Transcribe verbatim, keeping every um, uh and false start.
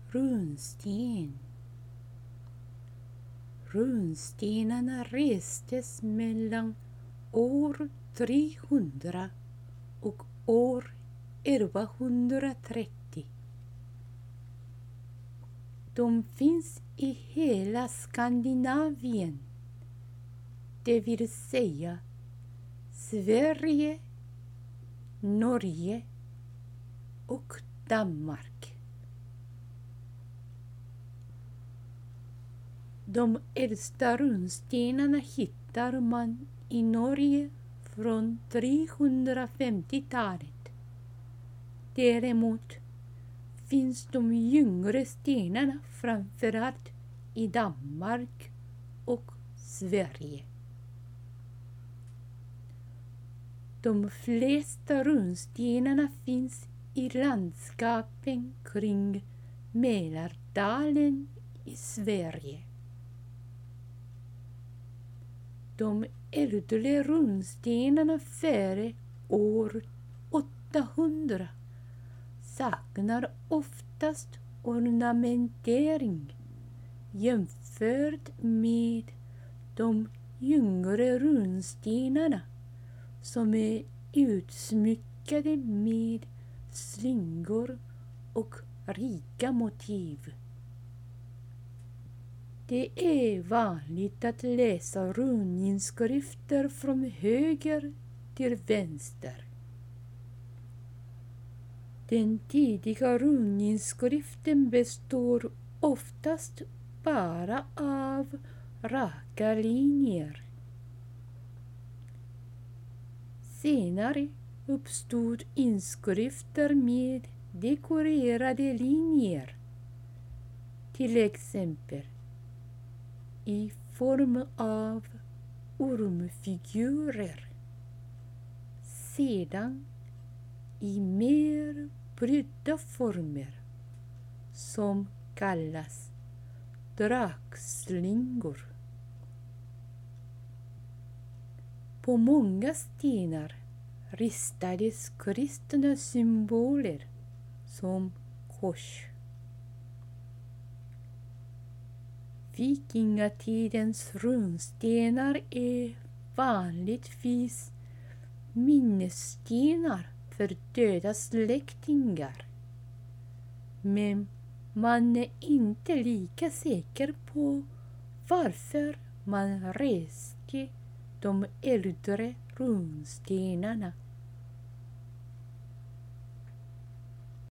runsten. Runstenarna restes mellan år trehundra och år elvahundratrettio. De finns i hela Skandinavien, det vill säga Sverige, Norge och Danmark. De äldsta runstenarna hittar man i Norge från trehundrafemtiotalet. Däremot finns de yngre stenarna framförallt i Danmark och Sverige. De flesta runstenarna finns i landskapen kring Mälardalen i Sverige. De äldre runstenarna före år åttahundra saknar oftast ornamentering jämfört med de yngre runstenarna som är utsmyckade med slingor och rika motiv. Det är vanligt att läsa runinskrifter från höger till vänster. Den tidiga runinskriften består oftast bara av raka linjer. Senare uppstod inskrifter med dekorerade linjer, till exempel i form av ormfigurer. Sedan i mer brydda former som kallas drakslingor. På många stenar ristades kristna symboler som kors. Vikingatidens runstenar är vanligtvis minnesstenar för döda släktingar. Men man är inte lika säker på varför man reste de äldre runstenarna.